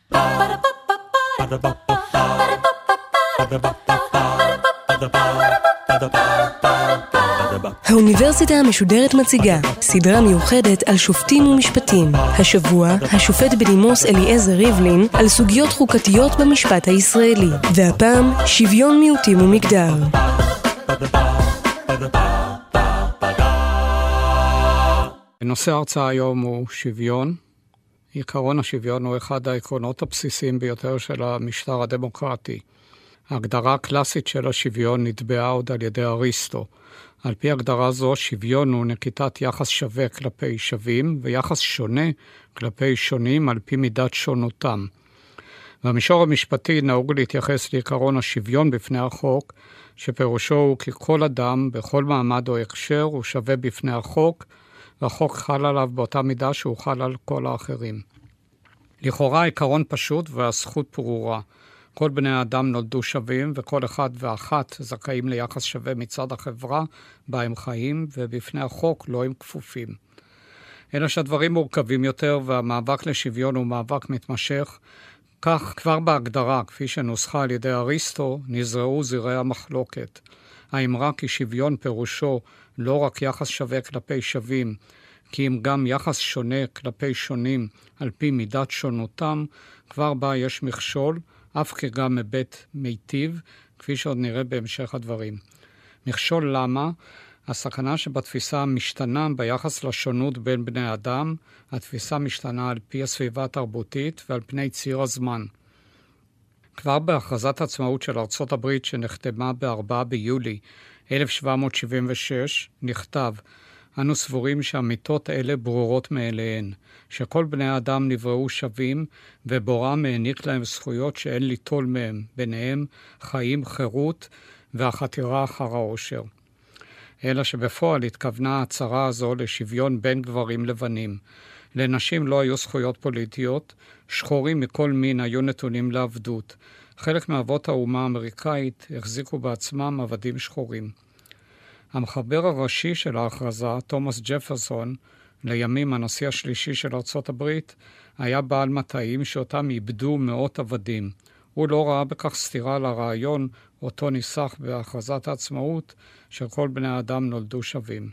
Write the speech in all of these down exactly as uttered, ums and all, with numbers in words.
האוניברסיטה המשודרת מציגה סדרה מיוחדת על שופטים ומשפטים. השבוע, השופט בדימוס אליעזר ריבלין על סוגיות חוקתיות במשפט הישראלי. והפעם, שוויון מיעוטים ומגדר. נושא ההרצאה היום הוא שוויון. עיקרון השוויון הוא אחד העקרונות הבסיסיים ביותר של המשטר הדמוקרטי. ההגדרה הקלאסית של השוויון נטבעה עוד על ידי אריסטו. על פי הגדרה זו, שוויון הוא נקיטת יחס שווה כלפי שווים, ויחס שונה כלפי שונים על פי מידת שונותם. במישור המשפטי נהוג להתייחס לעיקרון השוויון בפני החוק, שפירושו הוא כי כל אדם, בכל מעמד או הקשר, הוא שווה בפני החוק, והחוק חל עליו באותה מידה שהוא חל על כל האחרים. לכאורה העיקרון פשוט והזכות ברורה. כל בני האדם נולדו שווים, וכל אחד ואחת זכאים ליחס שווה מצד החברה בה הם חיים, ובפני החוק לא הם כפופים. אלא שהדברים מורכבים יותר, והמאבק לשוויון הוא מאבק מתמשך. כך כבר בהגדרה, כפי שנוסחה על ידי אריסטו, נזרעו זרעי המחלוקת. האמרה כי שוויון פירושו לא רק יחס שווה כלפי שווים, כי אם גם יחס שונה כלפי שונים על פי מידת שונותם, כבר בה יש מכשול, אף כגם מבית מיטיב, כפי שעוד נראה בהמשך הדברים. מכשול למה? הסכנה שבתפיסה המשתנה ביחס לשונות בין בני אדם, התפיסה משתנה על פי הסביבה התרבותית ועל פני ציר הזמן. כבר בהכרזת עצמאות של ארצות הברית שנחתמה ב-ארבעה ביולי אלף שבע מאות שבעים ושש, נכתב, אנו סבורים שהאמיתות אלה ברורות מאליהן, שכל בני האדם נבראו שווים, ובורם העניק להם זכויות שאין ליטול מהם, ביניהם חיים, חירות והחתירה אחר האושר. אלא שבפועל התכוונה ההצהרה הזו לשוויון בין גברים לבנים. לנשים לא היו זכויות פוליטיות, שחורים מכל מין היו נתונים לעבדות. חלק מאבות האומה האמריקאית החזיקו בעצמם עבדים שחורים. המחבר הראשי של ההכרזה, תומאס ג'פרסון, לימים הנשיא השלישי של ארצות הברית, היה בעל מטעים שאותם איבדו מאות עבדים. הוא לא ראה בכך סתירה לרעיון אותו ניסח בהכרזת העצמאות של כל בני האדם נולדו שווים.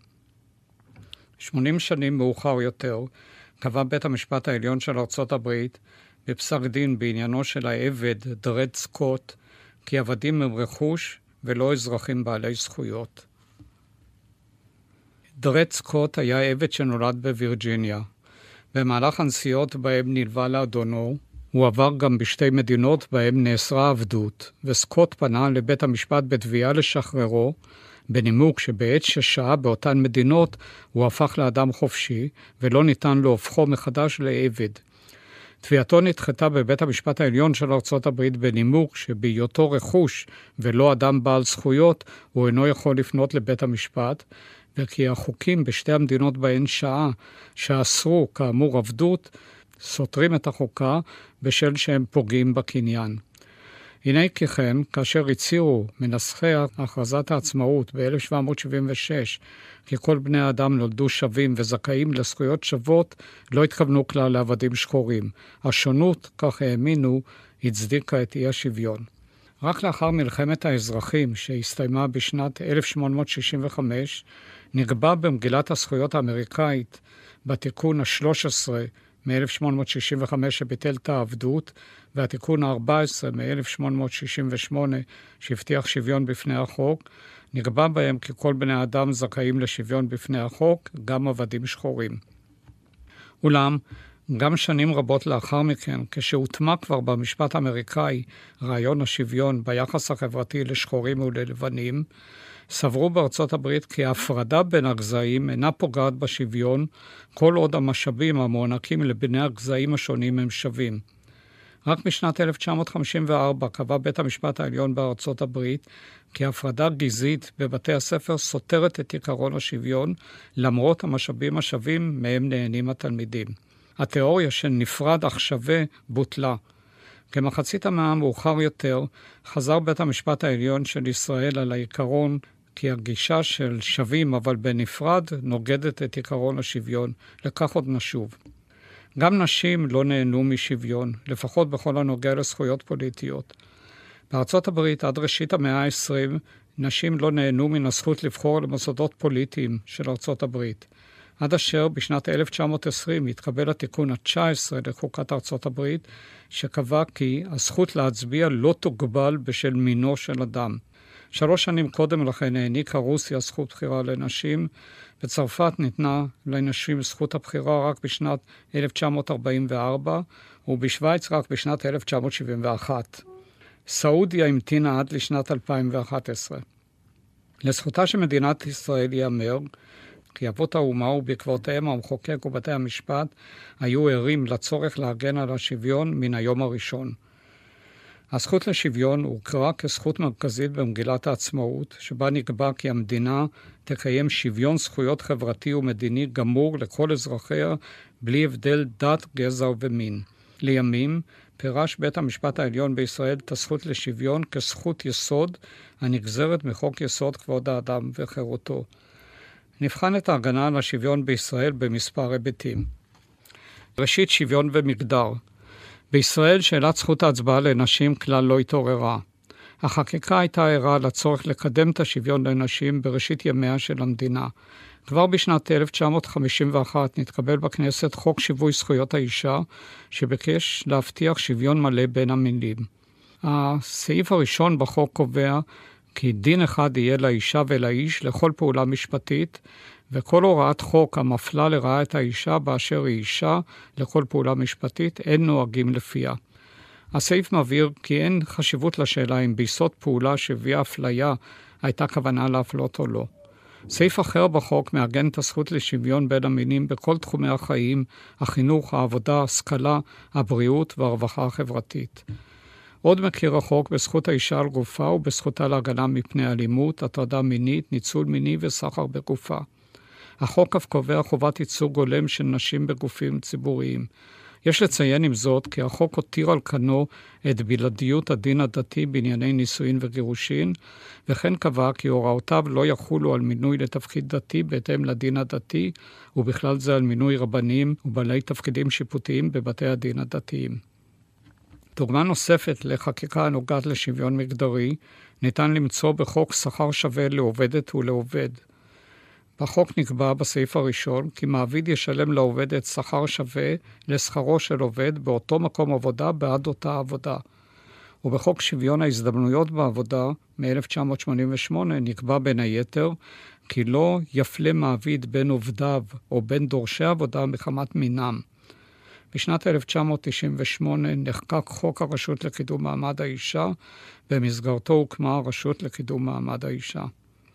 שמונים שנים מאוחר יותר, קבע בית המשפט העליון של ארצות הברית, בפסק דין בעניינו של העבד דרד סקוט, כי עבדים הם רכוש ולא אזרחים בעלי זכויות. דרד סקוט היה עבד שנולד בווירג'יניה. במהלך הנסיעות בהם נלווה לאדונו, הוא עבר גם בשתי מדינות בהם נאסרה עבדות, וסקוט פנה לבית המשפט בתביעה לשחררו, בנימוק שבעת ששהה באותן מדינות הוא הפך לאדם חופשי, ולא ניתן להופכו מחדש לעבד. תביעתו נדחתה בבית המשפט העליון של ארצות הברית בנימוק שבהיותו רכוש ולא אדם בעל זכויות, הוא אינו יכול לפנות לבית המשפט, וכי החוקים בשתי המדינות בהן שעה שאסרו כאמור עבדות, סותרים את החוקה בשל שהם פוגעים בקניין. הנה כי כן, כאשר הצהירו מנסחי הכרזת העצמאות ב-אלף שבע מאות שבעים ושש כי כל בני האדם נולדו שווים וזכאים לזכויות שוות, לא התכוונו כלל לעבדים שחורים. השונות, כך האמינו, הצדיקה את אי השוויון. רק לאחר מלחמת האזרחים שהסתיימה בשנת אלף שמונה מאות שישים וחמש, נקבע במגילת הזכויות האמריקאית בתיקון ה-שלוש עשרה מ-אלף שמונה מאות שישים וחמש שביטל את העבדות, והתיקון ה-ארבע עשרה מ-אלף שמונה מאות שישים ושמונה שהבטיח שוויון בפני החוק, נקבע בהם כי כל בני האדם זכאים לשוויון בפני החוק, גם עבדים שחורים. אולם, גם שנים רבות לאחר מכן, כשהוטמע כבר במשפט האמריקאי רעיון השוויון ביחס החברתי לשחורים וללבנים, סברו בארצות הברית כי ההפרדה בין הגזעים אינה פוגעת בשוויון, כל עוד המשאבים המוענקים לבני הגזעים השונים הם שווים. רק משנת אלף תשע מאות חמישים וארבע קבע בית המשפט העליון בארצות הברית כי הפרדה גזעית בבתי הספר סותרת את עקרון השוויון, למרות המשאבים השווים מהם נהנים התלמידים. התיאוריה של נפרד אך שווה בוטלה. כמחצית המאה המאוחר יותר, חזר בית המשפט העליון של ישראל על העיקרון כי הגישה של שווים אבל בנפרד נוגדת את עקרון השוויון. לכך עוד נשוב. גם נשים לא נהנו משוויון, לפחות בכל הנוגע לזכויות פוליטיות. בארצות הברית עד ראשית המאה ה-עשרים, נשים לא נהנו מן הזכות לבחור למוסדות פוליטיים של ארצות הברית. עד אשר בשנת אלף תשע מאות עשרים התקבל התיקון ה-תשע עשרה לחוקת ארצות הברית, שקבע כי הזכות להצביע לא תוגבל בשל מינו של אדם. שלוש שנים קודם לכן העניקה רוסיה זכות בחירה לנשים, בצרפת ניתנה לנשים זכות הבחירה רק בשנת אלף תשע מאות ארבעים וארבע, ובשוויץ רק בשנת אלף תשע מאות שבעים ואחת. סעודיה המתינה עד לשנת אלפיים ואחת עשרה. לזכותה של מדינת ישראל ייאמר, כי אבות האומה ובעקבותיהם המחוקק ובתי המשפט היו ערים לצורך להגן על השוויון מן היום הראשון. הזכות לשוויון הוכרה כזכות מרכזית במגילת העצמאות, שבה נקבע כי המדינה תקיים שוויון זכויות חברתי ומדיני גמור לכל אזרחיה, בלי הבדל דת, גזע ומין. לימים פירש בית המשפט העליון בישראל את הזכות לשוויון כזכות יסוד הנגזרת מחוק יסוד כבוד האדם וחירותו. נבחן את ההגנה על השוויון בישראל במספר היבטים. ראשית, שוויון ומגדר. בישראל שאלת זכות ההצבעה לנשים כלל לא התעוררה. החקיקה הייתה ערה לצורך לקדם את השוויון לנשים בראשית ימיה של המדינה. כבר בשנת אלף תשע מאות חמישים ואחת נתקבל בכנסת חוק שיווי זכויות האישה, שביקש להבטיח שוויון מלא בין המינים. הסעיף הראשון בחוק קובע כי דין אחד יהיה לאישה ולאיש לכל פעולה משפטית, וכל הוראת חוק המפלה לרעה את האישה באשר היא אישה לכל פעולה משפטית אין נוהגים לפיה. הסעיף מבהיר כי אין חשיבות לשאלה אם ביסוד פעולה שהביאה אפליה הייתה כוונה להפלות או לא. סעיף אחר בחוק מעגן את הזכות לשוויון בין המינים בכל תחומי החיים, החינוך, העבודה, ההשכלה, הבריאות והרווחה החברתית. עוד מכיר החוק בזכות האישה על גופה ובזכותה להגנה מפני אלימות, הטרדה מינית, ניצול מיני וסחר בגופה. החוק אף קובע חובת ייצוג הולם של נשים בגופים ציבוריים. יש לציין עם זאת כי החוק הותיר על כנו את בלעדיות הדין הדתי בענייני נישואין וגירושין, וכן קבע כי הוראותיו לא יחולו על מינוי לתפקיד דתי בהתאם לדין הדתי, ובכלל זה על מינוי רבנים ובעלי תפקידים שיפוטיים בבתי הדין הדתיים. דוגמה נוספת לחקיקה הנוגעת לשוויון מגדרי ניתן למצוא בחוק שכר שווה לעובדת ולעובד. בחוק נקבע בסעיף הראשון כי מעביד ישלם לעובדת שכר שווה לשכרו של עובד באותו מקום עבודה בעד אותה עבודה. ובחוק שוויון ההזדמנויות בעבודה מ-אלף תשע מאות שמונים ושמונה נקבע בין היתר כי לא יפלה מעביד בין עובדיו או בין דורשי עבודה מחמת מינם. בשנת אלף תשע מאות תשעים ושמונה נחקק חוק הרשות לקידום מעמד האישה, במסגרתו הוקמה הרשות לקידום מעמד האישה.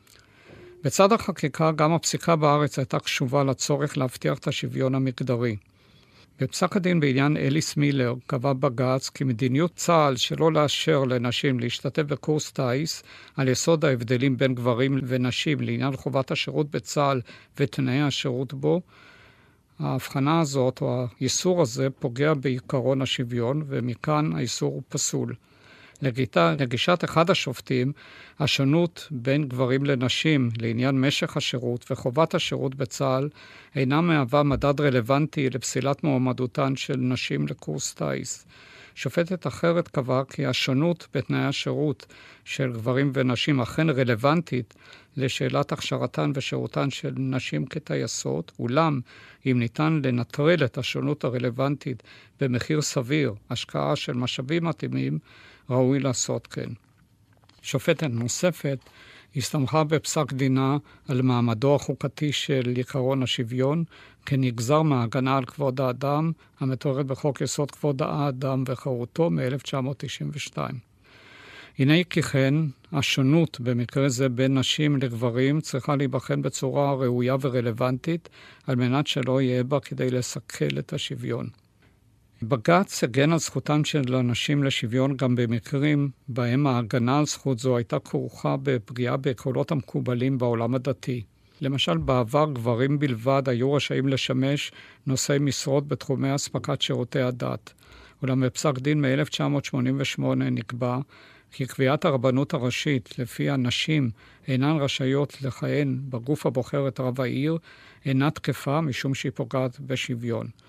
בצד החקיקה גם הפסיקה בארץ הייתה קשובה לצורך להבטיח את השוויון המגדרי. בפסק הדין בעניין אליס מילר קבע בג"ץ כי מדיניות צה"ל שלא לאשר לנשים להשתתף בקורס טייס על יסוד ההבדלים בין גברים ונשים לעניין חובת השירות בצה"ל ותנאי השירות בו, ההבחנה הזאת או האיסור הזה פוגע בעיקרון השוויון, ומכאן האיסור הוא פסול. לגיטה, לגישת אחד השופטים, השונות בין גברים לנשים לעניין משך השירות וחובת השירות בצה"ל אינה מהווה מדד רלוונטי לפסילת מועמדותן של נשים לקורס טייס. שופטת אחרת קבעה כי השונות בתנאי השירות של גברים ונשים אכן רלוונטית לשאלת הכשרתן ושירותן של נשים כטייסות, אולם אם ניתן לנטרל את השונות הרלוונטית במחיר סביר, השקעה של משאבים מתאימים, ראוי לעשות כן. שופטת נוספת הסתמכה בפסק דינה על מעמדו החוקתי של עקרון השוויון, כנגזר מההגנה על כבוד האדם, המתוארת בחוק יסוד כבוד האדם וחירותו מ-אלף תשע מאות תשעים ושתיים. הנה כי כן, השונות במקרה זה בין נשים לגברים צריכה להיבחן בצורה ראויה ורלוונטית, על מנת שלא יהיה בה כדי לסכל את השוויון. בג"ץ הגן על זכותן של הנשים לשוויון גם במקרים בהם ההגנה על זכות זו הייתה כרוכה בפגיעה בעקרונות המקובלים בעולם הדתי. למשל, בעבר גברים בלבד היו רשאים לשמש נושאי משרות בתחומי אספקת שירותי הדת. אולם בפסק דין מ-אלף תשע מאות שמונים ושמונה נקבע כי קביעת הרבנות הראשית לפיה נשים אינן רשאיות לכהן בגוף הבוחר את רב העיר אינה תקפה משום שהיא פוגעת בשוויון.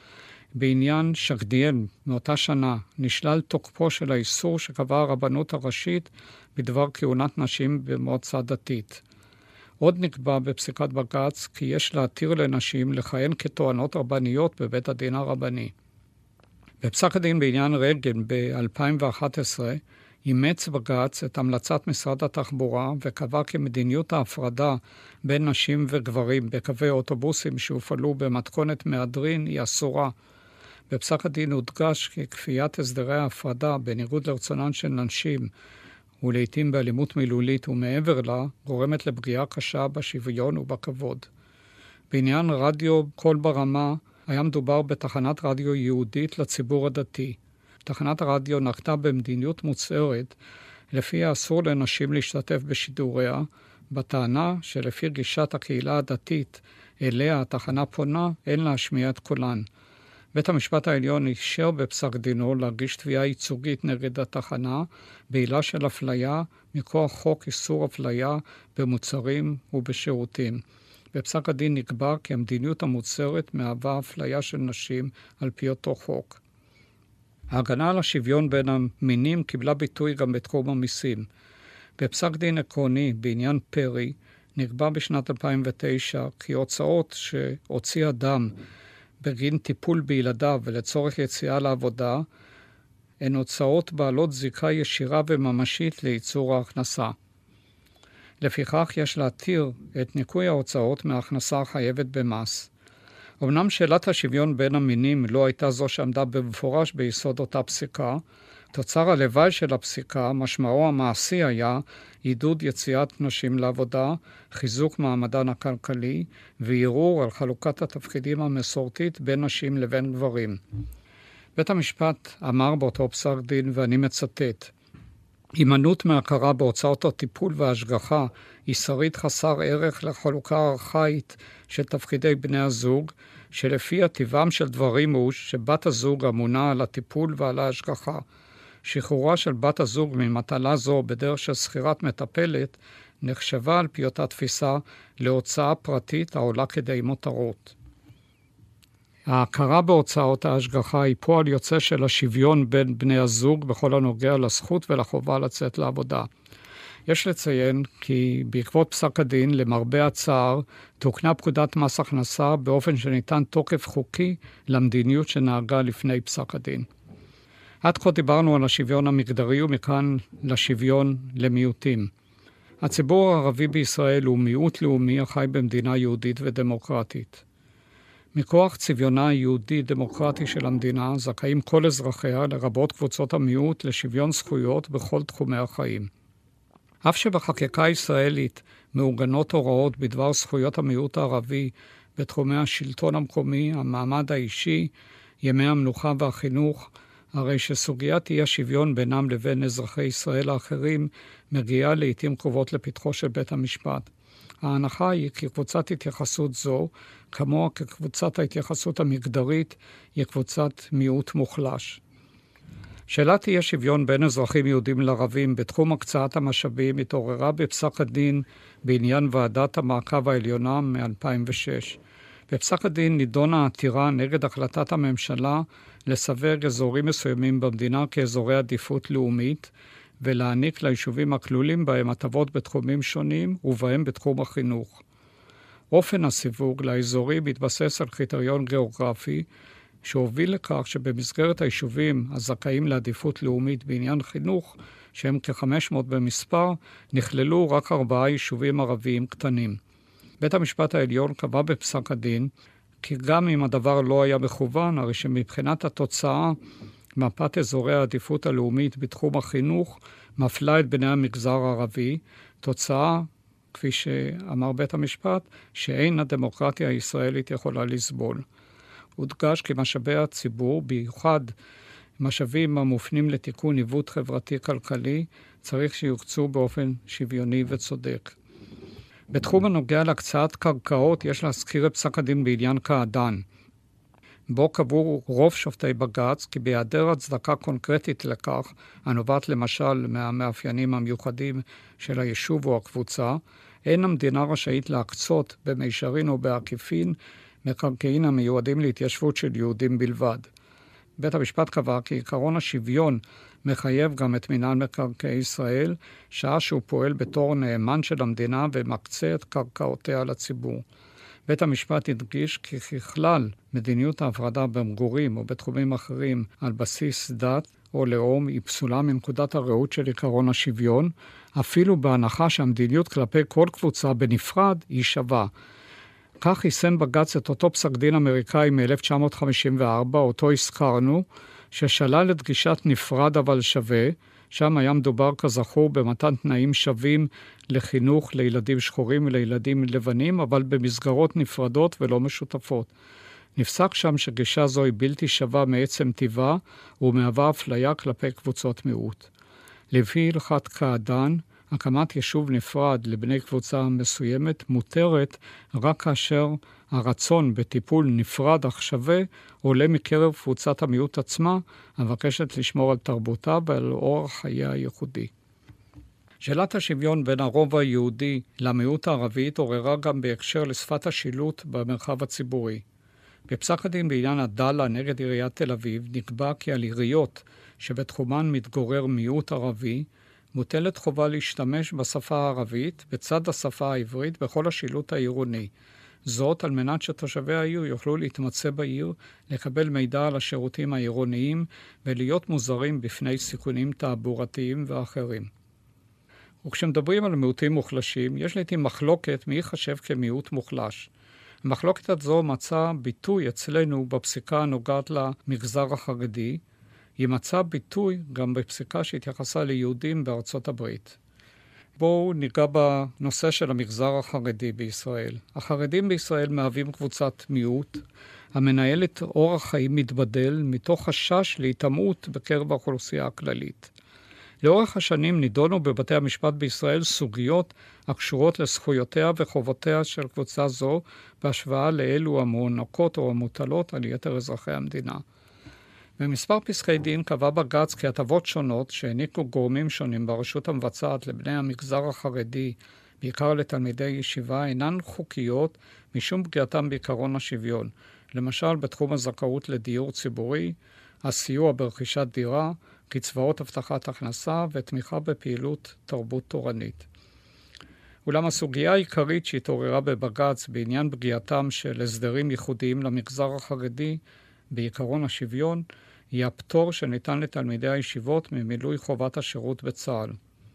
בעניין שקדיאל מאותה שנה נשלל תוקפו של האיסור שקבעה הרבנות הראשית בדבר כהונת נשים במועצה דתית. עוד נקבע בפסיקת בג"ץ כי יש להתיר לנשים לכהן כטוענות רבניות בבית הדין הרבני. בפסק הדין בעניין רגן ב-אלפיים ואחת עשרה אימץ בג"ץ את המלצת משרד התחבורה וקבע כי מדיניות ההפרדה בין נשים וגברים בקווי אוטובוסים שהופעלו במתכונת מהדרין היא אסורה. בפסק הדין הודגש כי כפיית הסדרי ההפרדה בניגוד לרצונן של נשים ולעיתים באלימות מילולית ומעבר לה גורמת לפגיעה קשה בשוויון ובכבוד. בעניין רדיו קול ברמה היה מדובר בתחנת רדיו יהודית לציבור הדתי. תחנת הרדיו נקטה במדיניות מוצהרת לפיה אסור לנשים להשתתף בשידוריה, בטענה שלפי גישת הקהילה הדתית אליה התחנה פונה אין להשמיע את קולן. בית המשפט העליון אישר בפסק דינו להגיש תביעה ייצוגית נגד התחנה בעילה של אפליה מכוח חוק איסור אפליה במוצרים ובשירותים. בפסק הדין נקבע כי המדיניות המוצהרת מהווה אפליה של נשים על פי אותו חוק. ההגנה על השוויון בין המינים קיבלה ביטוי גם בתחום המיסים. בפסק דין עקרוני בעניין פרי נקבע בשנת אלפיים ותשע כי הוצאות שהוציא אדם בגין טיפול בילדיו ולצורך יציאה לעבודה הן הוצאות בעלות זיקה ישירה וממשית לייצור ההכנסה. לפיכך יש להתיר את ניכוי ההוצאות מההכנסה החייבת במס. אמנם שאלת השוויון בין המינים לא הייתה זו שעמדה במפורש ביסוד אותה פסיקה, תוצר הלוואי של הפסיקה, משמעו המעשי היה עידוד יציאת נשים לעבודה, חיזוק מעמדן הכלכלי וערעור על חלוקת התפקידים המסורתית בין נשים לבין גברים. בית המשפט אמר באותו פסק דין, ואני מצטט, הימנעות מהכרה בהוצאות הטיפול וההשגחה היא שריד חסר ערך לחלוקה ארכאית של תפקידי בני הזוג, שלפי טבעם של דברים הוא שבת הזוג אמונה על הטיפול ועל ההשגחה. שחרורה של בת הזוג ממטלה זו בדרך של שכירת מטפלת נחשבה על פי אותה תפיסה להוצאה פרטית העולה כדי מותרות. ההכרה בהוצאות ההשגחה היא פועל יוצא של השוויון בין בני הזוג בכל הנוגע לזכות ולחובה לצאת לעבודה. יש לציין כי בעקבות פסק הדין, למרבה הצער, תוקנה פקודת מס הכנסה באופן שניתן תוקף חוקי למדיניות שנהגה לפני פסק הדין. עד כה דיברנו על השוויון המגדרי ומכאן לשוויון למיעוטים. הציבור הערבי בישראל הוא מיעוט לאומי החי במדינה יהודית ודמוקרטית. מכוח צביונה היהודי-דמוקרטי של המדינה זכאים כל אזרחיה, לרבות קבוצות המיעוט, לשוויון זכויות בכל תחומי החיים. אף שבחקיקה הישראלית מעוגנות הוראות בדבר זכויות המיעוט הערבי בתחומי השלטון המקומי, המעמד האישי, ימי המנוחה והחינוך, הרי שסוגיית אי השוויון בינם לבין אזרחי ישראל האחרים מגיעה לעתים קרובות לפתחו של בית המשפט. ההנחה היא כי קבוצת התייחסות זו, כמוה כקבוצת ההתייחסות המגדרית, היא קבוצת מיעוט מוחלש. שאלת אי השוויון בין אזרחים יהודים לערבים בתחום הקצאת המשאבים התעוררה בפסק הדין בעניין ועדת המעקב העליונה מ-אלפיים ושש. בפסק הדין נידונה העתירה נגד החלטת הממשלה לסווג אזורים מסוימים במדינה כאזורי עדיפות לאומית, ולהעניק ליישובים הכלולים בהם הטבות בתחומים שונים ובהם בתחום החינוך. אופן הסיווג לאזורים מתבסס על קריטריון גיאוגרפי, שהוביל לכך שבמסגרת היישובים הזכאים לעדיפות לאומית בעניין חינוך, שהם כ-חמש מאות במספר, נכללו רק ארבעה יישובים ערביים קטנים. בית המשפט העליון קבע בפסק הדין, כי גם אם הדבר לא היה מכוון, הרי שמבחינת התוצאה, מפת אזורי העדיפות הלאומית בתחום החינוך מפלה את בני המגזר הערבי, תוצאה, כפי שאמר בית המשפט, שאין הדמוקרטיה הישראלית יכולה לסבול. הודגש כי משאבי הציבור, בייחוד משאבים המופנים לתיקון עיוות חברתי-כלכלי, צריך שיוקצו באופן שוויוני וצודק. בתחום הנוגע להקצאת קרקעות יש להזכיר את פסק הדין בעניין קעדאן. בו קבעו רוב שופטי בג"ץ כי בהיעדר הצדקה קונקרטית לכך, הנובעת למשל מהמאפיינים המיוחדים של היישוב או הקבוצה, אין המדינה רשאית להקצות במישרין או בעקיפין מקרקעין המיועדים להתיישבות של יהודים בלבד. בית המשפט קבע כי עקרון השוויון מחייב גם את מינהל מקרקעי ישראל, שעה שהוא פועל בתור נאמן של המדינה ומקצה את קרקעותיה לציבור. בית המשפט הדגיש כי ככלל מדיניות ההפרדה במגורים או בתחומים אחרים על בסיס דת או לאום היא פסולה מנקודת הראות של עקרון השוויון, אפילו בהנחה שהמדיניות כלפי כל קבוצה בנפרד היא שווה. כך יישם בג"ץ את אותו פסק דין אמריקאי מ-אלף תשע מאות חמישים וארבע, אותו הזכרנו, ששלל את גישת נפרד אבל שווה, שם היה מדובר כזכור במתן תנאים שווים לחינוך לילדים שחורים ולילדים לבנים, אבל במסגרות נפרדות ולא משותפות. נפסק שם שגישה זו היא בלתי שווה מעצם טבעה ומהווה אפליה כלפי קבוצות מיעוט. לפי הלכת קעדאן, הקמת יישוב נפרד לבני קבוצה מסוימת מותרת רק כאשר הרצון בטיפול נפרד אך שווה עולה מקרב קבוצת המיעוט עצמה, המבקשת לשמור על תרבותה ועל אורח חייה הייחודי. שאלת השוויון בין הרוב היהודי למיעוט הערבי התעוררה גם בהקשר לשפת השילוט במרחב הציבורי. בפסק הדין בעניין עדאלה נגד עיריית תל אביב נקבע כי על עיריות שבתחומן מתגורר מיעוט ערבי, מוטלת חובה להשתמש בשפה הערבית בצד השפה העברית בכל השילוט העירוני. זאת על מנת שתושבי העיר יוכלו להתמצא בעיר, לקבל מידע על השירותים העירוניים ולהיות מוזרים בפני סיכונים תעבורתיים ואחרים. וכשמדברים על מיעוטים מוחלשים, יש לעתים מחלוקת מי ייחשב כמיעוט מוחלש. המחלוקת הזו מצאה ביטוי אצלנו בפסיקה הנוגעת למגזר החרדי, היא מצאה ביטוי גם בפסיקה שהתייחסה ליהודים בארצות הברית. בואו ניגע בנושא של המגזר החרדי בישראל. החרדים בישראל מהווים קבוצת מיעוט, המנהלת אורח חיים מתבדל מתוך חשש להתאמות בקרב האוכלוסייה הכללית. לאורך השנים נידונו בבתי המשפט בישראל סוגיות הקשורות לזכויותיה וחובותיה של קבוצה זו, בהשוואה לאלו המוענקות או המוטלות על יתר אזרחי המדינה. במספר פסקי דין קבע בג"ץ כי הטבות שונות שהעניקו גורמים שונים ברשות המבצעת לבני המגזר החרדי, בעיקר לתלמידי ישיבה, אינן חוקיות משום פגיעתם בעקרון השוויון. למשל בתחום הזכאות לדיור ציבורי, הסיוע ברכישת דירה, קצבאות הבטחת הכנסה ותמיכה בפעילות תרבות תורנית. אולם הסוגיה העיקרית שהתעוררה בבג"ץ בעניין פגיעתם של הסדרים ייחודיים למגזר החרדי בעיקרון השוויון, היא הפטור שניתן לתלמידי הישיבות ממילוי חובת השירות בצה"ל.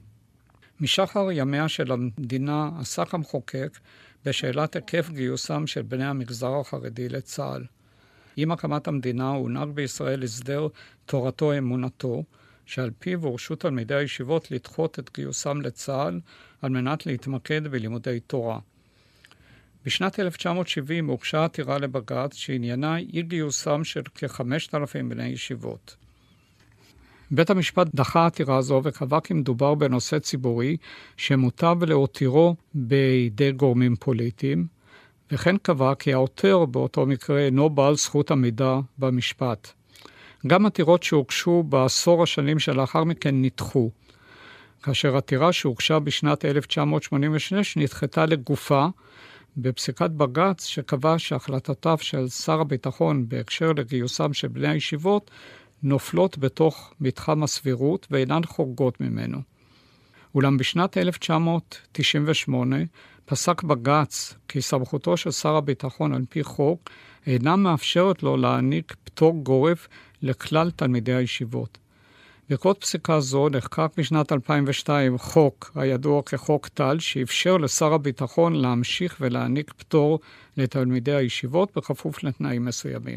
משחר ימיה של המדינה עסק המחוקק בשאלת היקף גיוסם של בני המגזר החרדי לצה"ל. עם הקמת המדינה הונהג בישראל הסדר תורתו אמונתו, שעל פיו הורשו תלמידי הישיבות לדחות את גיוסם לצה"ל על מנת להתמקד בלימודי תורה. בשנת אלף תשע מאות שבעים הוגשה עתירה לבג"ץ שעניינה אי גיוסם של כ-חמשת אלפים בני ישיבות. בית המשפט דחה עתירה זו וקבע כי מדובר בנושא ציבורי שמוטב להותירו בידי גורמים פוליטיים, וכן קבע כי העותר באותו מקרה אינו בעל זכות עמידה במשפט. גם עתירות שהוגשו בעשור השנים שלאחר מכן נדחו, כאשר עתירה שהוגשה בשנת אלף תשע מאות שמונים ושש נדחתה לגופה, בפסיקת בג"ץ שקבע שהחלטותיו של שר הביטחון בהקשר לגיוסם של בני הישיבות נופלות בתוך מתחם הסבירות ואינן חורגות ממנו. אולם בשנת אלף תשע מאות תשעים ושמונה פסק בג"ץ כי סמכותו של שר הביטחון על פי חוק אינה מאפשרת לו להעניק פטור גורף לכלל תלמידי הישיבות. בעקבות פסיקה זו נחקק בשנת אלפיים ושתיים חוק הידוע כחוק טל, שאפשר לשר הביטחון להמשיך ולהעניק פטור לתלמידי הישיבות בכפוף לתנאים מסוימים.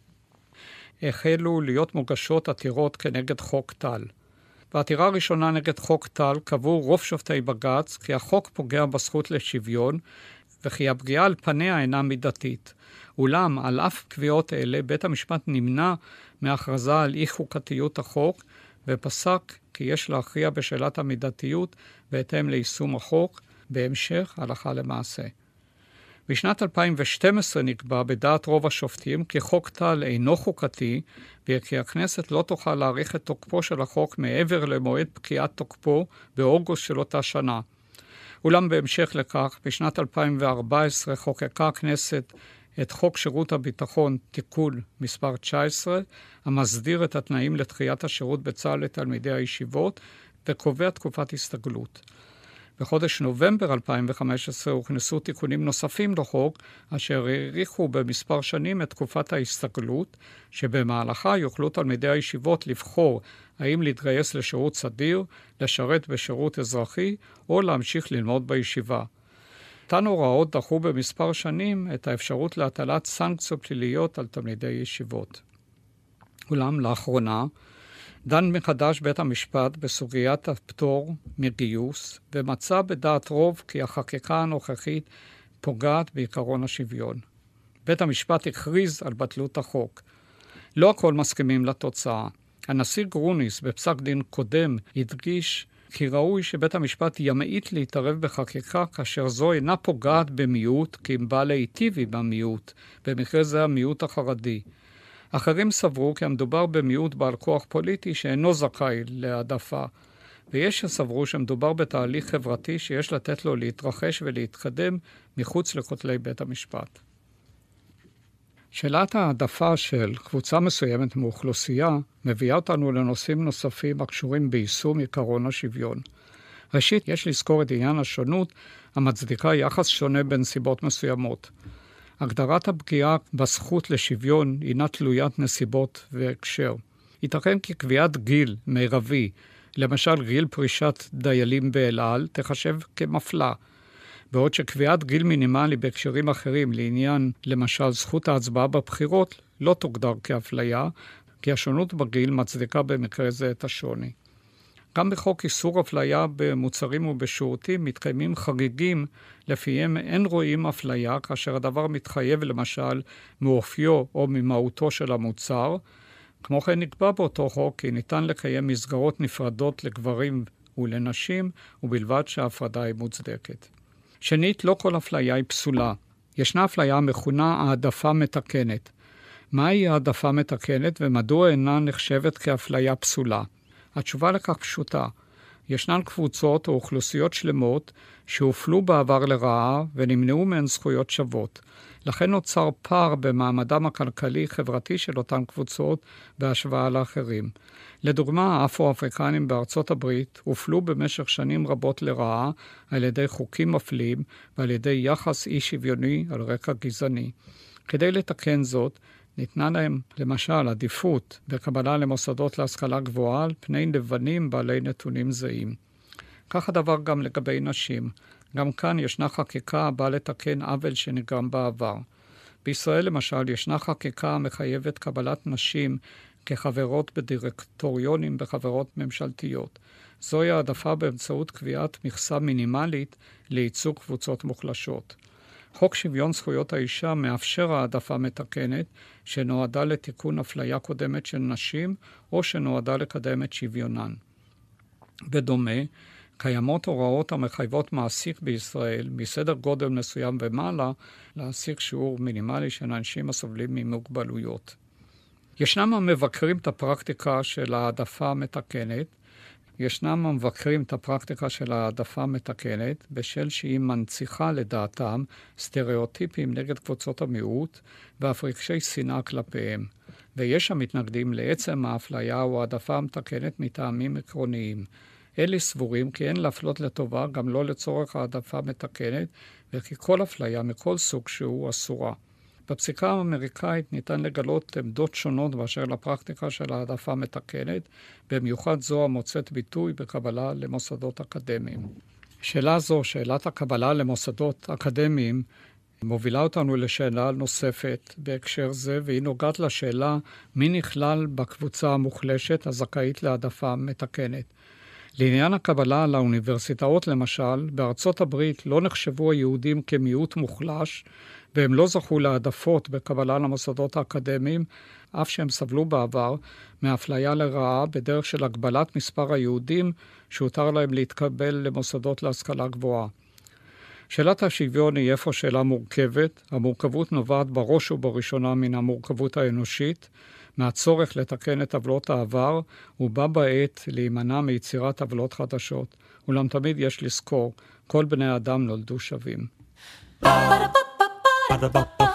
החלו להיות מוגשות עתירות כנגד חוק טל. בעתירה הראשונה נגד חוק טל קבעו רוב שופטי בג"ץ כי החוק פוגע בזכות לשוויון וכי הפגיעה על פניה אינה מידתית. אולם על אף קביעות אלה בית המשפט נמנע מהכרזה על אי חוקתיות החוק ופסק כי יש להכריע בשאלת המידתיות בהתאם ליישום החוק בהמשך הלכה למעשה. בשנת אלפיים ושתים עשרה נקבע בדעת רוב השופטים כי חוק טל אינו חוקתי וכי הכנסת לא תוכל להאריך את תוקפו של החוק מעבר למועד פקיעת תוקפו באוגוסט של אותה שנה. אולם בהמשך לכך, בשנת אלפיים וארבע עשרה חוקקה הכנסת את חוק שירות הביטחון תיקון מספר תשע עשרה, המסדיר את התנאים לתחיית השירות בצה"ל לתלמידי הישיבות, וקובע תקופת הסתגלות. בחודש נובמבר אלפיים וחמש עשרה הוכנסו תיקונים נוספים לחוק, אשר האריכו במספר שנים את תקופת ההסתגלות, שבמהלכה יוכלו תלמידי הישיבות לבחור האם להתגייס לשירות סדיר, לשרת בשירות אזרחי, או להמשיך ללמוד בישיבה. אותן הוראות דחו במספר שנים את האפשרות להטלת סנקציות פליליות על תלמידי ישיבות. אולם לאחרונה, דן מחדש בית המשפט בסוגיית הפטור מגיוס, ומצא בדעת רוב כי החקיקה הנוכחית פוגעת בעקרון השוויון. בית המשפט הכריז על בטלות החוק. לא הכל מסכימים לתוצאה. הנשיא גרוניס בפסק דין קודם הדגיש כי ראוי שבית המשפט ימעיט להתערב בחקיקה כאשר זו אינה פוגעת במיעוט, כי אם בא להיטיב עם המיעוט, במקרה זה המיעוט החרדי. אחרים סברו כי המדובר במיעוט בעל כוח פוליטי שאינו זכאי להעדפה, ויש שסברו שמדובר בתהליך חברתי שיש לתת לו להתרחש ולהתקדם מחוץ לכותלי בית המשפט. שאלת העדפה של קבוצה מסוימת מאוכלוסייה מביאה אותנו לנושאים נוספים הקשורים ביישום עקרון השוויון. ראשית, יש לזכור את עניין השונות המצדיקה יחס שונה בנסיבות מסוימות. הגדרת הפגיעה בזכות לשוויון הינה תלוית נסיבות והקשר. ייתכן כי קביעת גיל מרבי, למשל גיל פרישת דיילים באל על, תחשב כמפלה, בעוד שקביעת גיל מינימלי בהקשרים אחרים לעניין, למשל זכות ההצבעה בבחירות, לא תוגדר כאפליה, כי השונות בגיל מצדיקה במקרה זה את השוני. גם בחוק איסור אפליה במוצרים ובשירותים מתקיימים חריגים לפיהם אין רואים אפליה כאשר הדבר מתחייב למשל מאופיו או ממהותו של המוצר. כמו כן נקבע באותו חוק כי ניתן לקיים מסגרות נפרדות לגברים ולנשים ובלבד שההפרדה היא מוצדקת. שנית, לא כל אפליה היא פסולה. ישנה אפליה מכונה העדפה מתקנת. מהי העדפה מתקנת ומדוע אינה נחשבת כאפליה פסולה? התשובה לכך פשוטה. ישנן קבוצות או אוכלוסיות שלמות שהופלו בעבר לרעה ונמנעו מהן זכויות שוות. לכן נוצר פער במעמדם הכלכלי-חברתי של אותן קבוצות בהשוואה לאחרים. לדוגמה, האפרו-אפריקנים בארצות הברית הופלו במשך שנים רבות לרעה על ידי חוקים מפלים ועל ידי יחס אי שוויוני על רקע גזעני. כדי לתקן זאת, ניתנה להם, למשל, עדיפות בקבלה למוסדות להשכלה גבוהה על פני לבנים בעלי נתונים זהים. כך הדבר גם לגבי נשים. גם כאן ישנה חקיקה הבאה לתקן עוול שנגרם בעבר. בישראל, למשל, ישנה חקיקה המחייבת קבלת נשים כחברות בדירקטוריונים בחברות ממשלתיות. זוהי העדפה באמצעות קביעת מכסה מינימלית לייצוג קבוצות מוחלשות. חוק שוויון זכויות האישה מאפשר העדפה מתקנת שנועדה לתיקון אפליה קודמת של נשים או שנועדה לקדם את שוויונן. בדומה, קיימות הוראות המחייבות מעסיק בישראל מסדר גודל מסוים ומעלה להעסיק שיעור מינימלי של אנשים הסובלים ממוגבלויות. ישנם המבקרים את הפרקטיקה של העדפה המתקנת, ישנם המבקרים את הפרקטיקה של העדפה המתקנת בשל שהיא מנציחה לדעתם סטריאוטיפים נגד קבוצות המיעוט ואף רגשי שנאה כלפיהם. ויש המתנגדים לעצם האפליה או העדפה המתקנת מטעמים עקרוניים. אלה סבורים כי אין להפלות לטובה גם לא לצורך העדפה מתקנת וכי כל אפליה מכל סוג שהוא אסורה. בפסיקה האמריקאית ניתן לגלות עמדות שונות באשר לפרקטיקה של העדפה מתקנת, במיוחד זו המוצאת ביטוי בקבלה למוסדות אקדמיים. שאלה זו, שאלת הקבלה למוסדות אקדמיים, מובילה אותנו לשאלה נוספת בהקשר זה, והיא נוגעת לשאלה מי נכלל בקבוצה המוחלשת הזכאית להעדפה מתקנת. לעניין הקבלה לאוניברסיטאות למשל, בארצות הברית לא נחשבו היהודים כמיעוט מוחלש, והם לא זכו להעדפות בקבלה למוסדות האקדמיים, אף שהם סבלו בעבר מאפליה לרעה בדרך של הגבלת מספר היהודים שהותר להם להתקבל למוסדות להשכלה גבוהה. שאלת השוויון היא אפוא שאלה מורכבת. המורכבות נובעת בראש ובראשונה מן המורכבות האנושית, מהצורך לתקן את עוולות העבר, ובה בעת להימנע מיצירת עוולות חדשות. אולם תמיד יש לזכור, כל בני האדם נולדו שווים. Ba-da-ba-ba-ba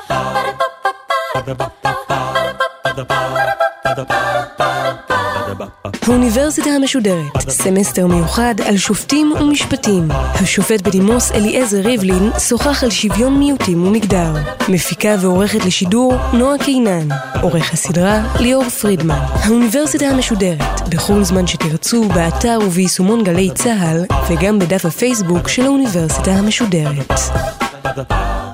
האוניברסיטה המשודרת, סמסטר מיוחד על שופטים ומשפטים. השופט בדימוס אליעזר ריבלין שוחח על שוויון מיעוטים ומגדר. מפיקה ועורכת לשידור נועה קינן. עורך הסדרה ליאור פרידמן. האוניברסיטה המשודרת, בכל זמן שתרצו, באתר וביישומון גלי צהל, וגם בדף הפייסבוק של האוניברסיטה המשודרת.